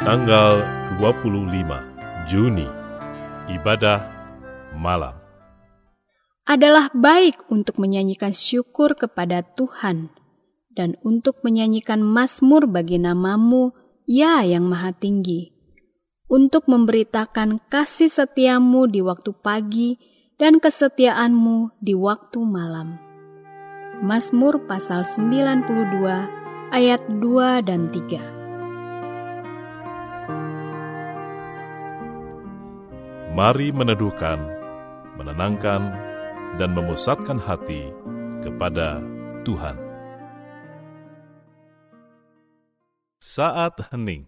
Tanggal 25 Juni, ibadah malam. Adalah baik untuk menyanyikan syukur kepada Tuhan dan untuk menyanyikan mazmur bagi nama-Mu, ya yang maha tinggi, untuk memberitakan kasih setia-Mu di waktu pagi dan kesetiaan-Mu di waktu malam. Mazmur pasal 92 ayat 2 dan 3. Mari meneduhkan, menenangkan, dan memusatkan hati kepada Tuhan. Saat hening.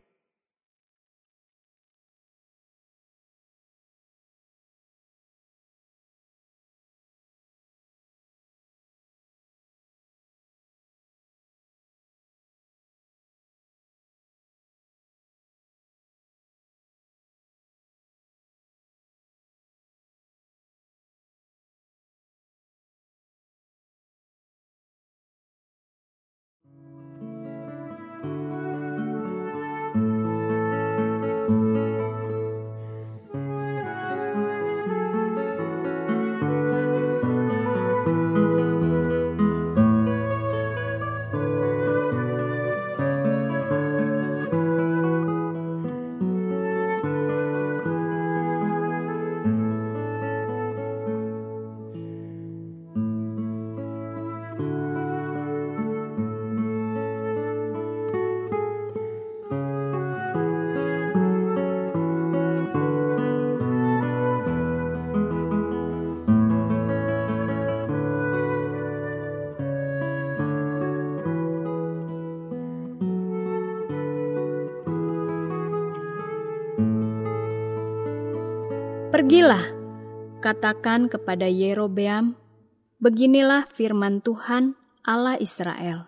Pergilah, katakan kepada Yerobeam, beginilah firman Tuhan Allah Israel.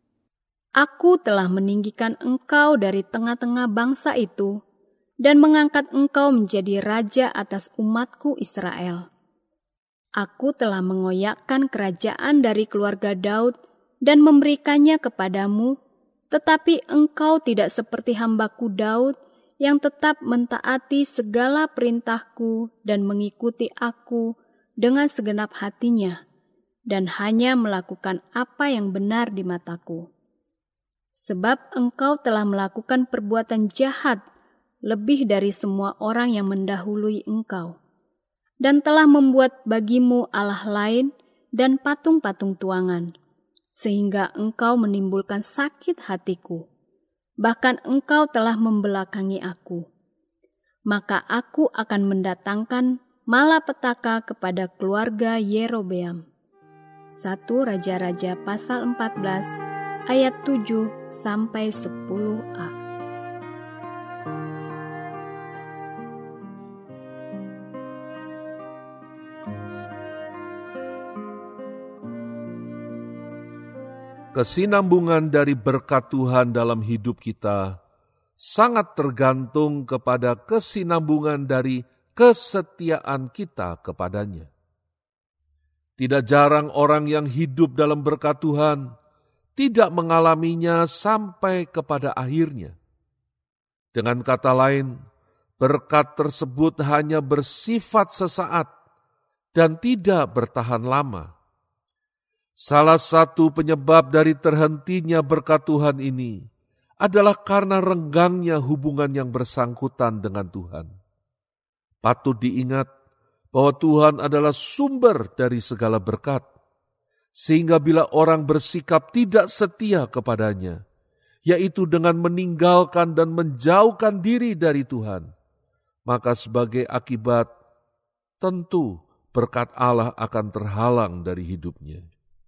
Aku telah meninggikan engkau dari tengah-tengah bangsa itu dan mengangkat engkau menjadi raja atas umatku Israel. Aku telah mengoyakkan kerajaan dari keluarga Daud dan memberikannya kepadamu, tetapi engkau tidak seperti hambaku Daud yang tetap mentaati segala perintahku dan mengikuti aku dengan segenap hatinya, dan hanya melakukan apa yang benar di mataku. Sebab engkau telah melakukan perbuatan jahat lebih dari semua orang yang mendahului engkau, dan telah membuat bagimu Allah lain dan patung-patung tuangan, sehingga engkau menimbulkan sakit hatiku. Bahkan engkau telah membelakangi aku. Maka aku akan mendatangkan malapetaka kepada keluarga Yerobeam. 1 Raja-Raja pasal 14 ayat 7-10a. Kesinambungan dari berkat Tuhan dalam hidup kita sangat tergantung kepada kesinambungan dari kesetiaan kita kepadanya. Tidak jarang orang yang hidup dalam berkat Tuhan tidak mengalaminya sampai kepada akhirnya. Dengan kata lain, berkat tersebut hanya bersifat sesaat dan tidak bertahan lama. Salah satu penyebab dari terhentinya berkat Tuhan ini adalah karena renggangnya hubungan yang bersangkutan dengan Tuhan. Patut diingat bahwa Tuhan adalah sumber dari segala berkat, sehingga bila orang bersikap tidak setia kepadanya, yaitu dengan meninggalkan dan menjauhkan diri dari Tuhan, maka sebagai akibat tentu berkat Allah akan terhalang dari hidupnya.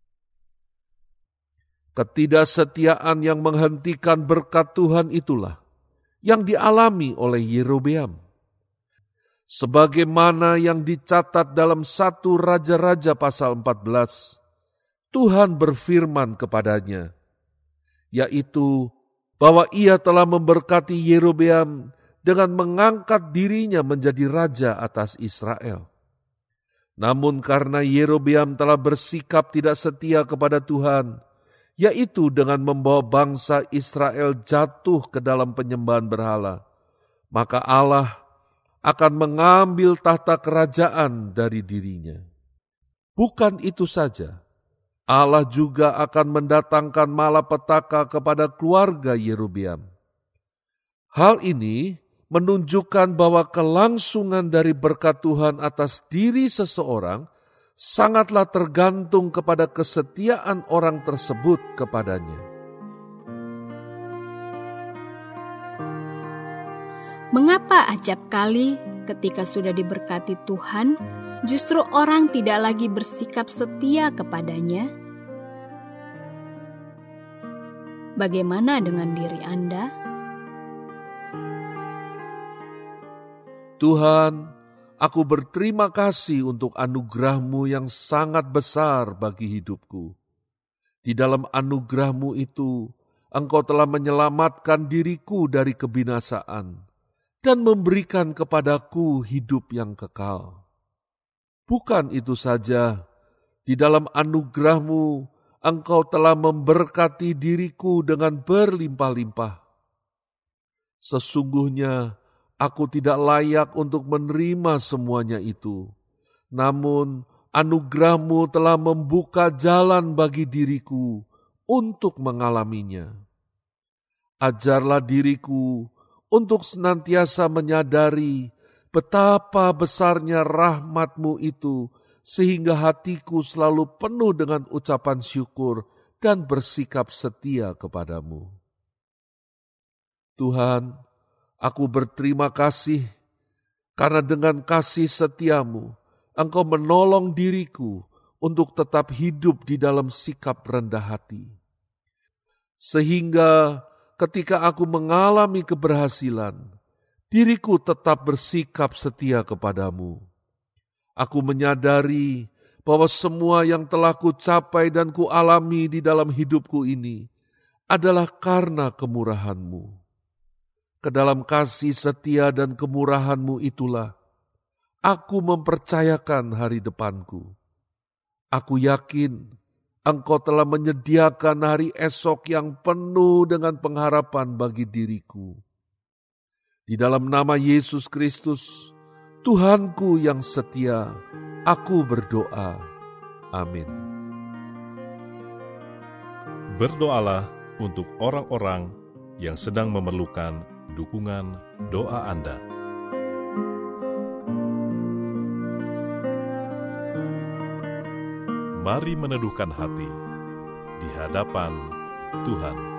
Ketidaksetiaan yang menghentikan berkat Tuhan itulah yang dialami oleh Yerobeam. Sebagaimana yang dicatat dalam 1 Raja-Raja pasal 14, Tuhan berfirman kepadanya, yaitu bahwa ia telah memberkati Yerobeam dengan mengangkat dirinya menjadi raja atas Israel. Namun karena Yerobeam telah bersikap tidak setia kepada Tuhan, yaitu dengan membawa bangsa Israel jatuh ke dalam penyembahan berhala, maka Allah akan mengambil tahta kerajaan dari dirinya. Bukan itu saja, Allah juga akan mendatangkan malapetaka kepada keluarga Yerobeam. Hal ini menunjukkan bahwa kelangsungan dari berkat Tuhan atas diri seseorang sangatlah tergantung kepada kesetiaan orang tersebut kepadanya. Mengapa acap kali ketika sudah diberkati Tuhan, justru orang tidak lagi bersikap setia kepadanya? Bagaimana dengan diri Anda? Tuhan, aku berterima kasih untuk anugerah-Mu yang sangat besar bagi hidupku. Di dalam anugerah-Mu itu, Engkau telah menyelamatkan diriku dari kebinasaan dan memberikan kepadaku hidup yang kekal. Bukan itu saja, di dalam anugerah-Mu, Engkau telah memberkati diriku dengan berlimpah-limpah. Sesungguhnya, aku tidak layak untuk menerima semuanya itu. Namun, anugerah-Mu telah membuka jalan bagi diriku untuk mengalaminya. Ajarlah diriku untuk senantiasa menyadari betapa besarnya rahmat-Mu itu, sehingga hatiku selalu penuh dengan ucapan syukur dan bersikap setia kepadamu. Tuhan, aku berterima kasih karena dengan kasih setia-Mu, Engkau menolong diriku untuk tetap hidup di dalam sikap rendah hati. Sehingga ketika aku mengalami keberhasilan, diriku tetap bersikap setia kepadamu. Aku menyadari bahwa semua yang telah kucapai dan kualami di dalam hidupku ini adalah karena kemurahan-Mu. Kedalam kasih setia dan kemurahan-Mu itulah aku mempercayakan hari depanku. Aku yakin Engkau telah menyediakan hari esok yang penuh dengan pengharapan bagi diriku. Di dalam nama Yesus Kristus, Tuhanku yang setia, aku berdoa. Amin. Berdoalah untuk orang-orang yang sedang memerlukan dukungan doa Anda. Mari meneduhkan hati di hadapan Tuhan.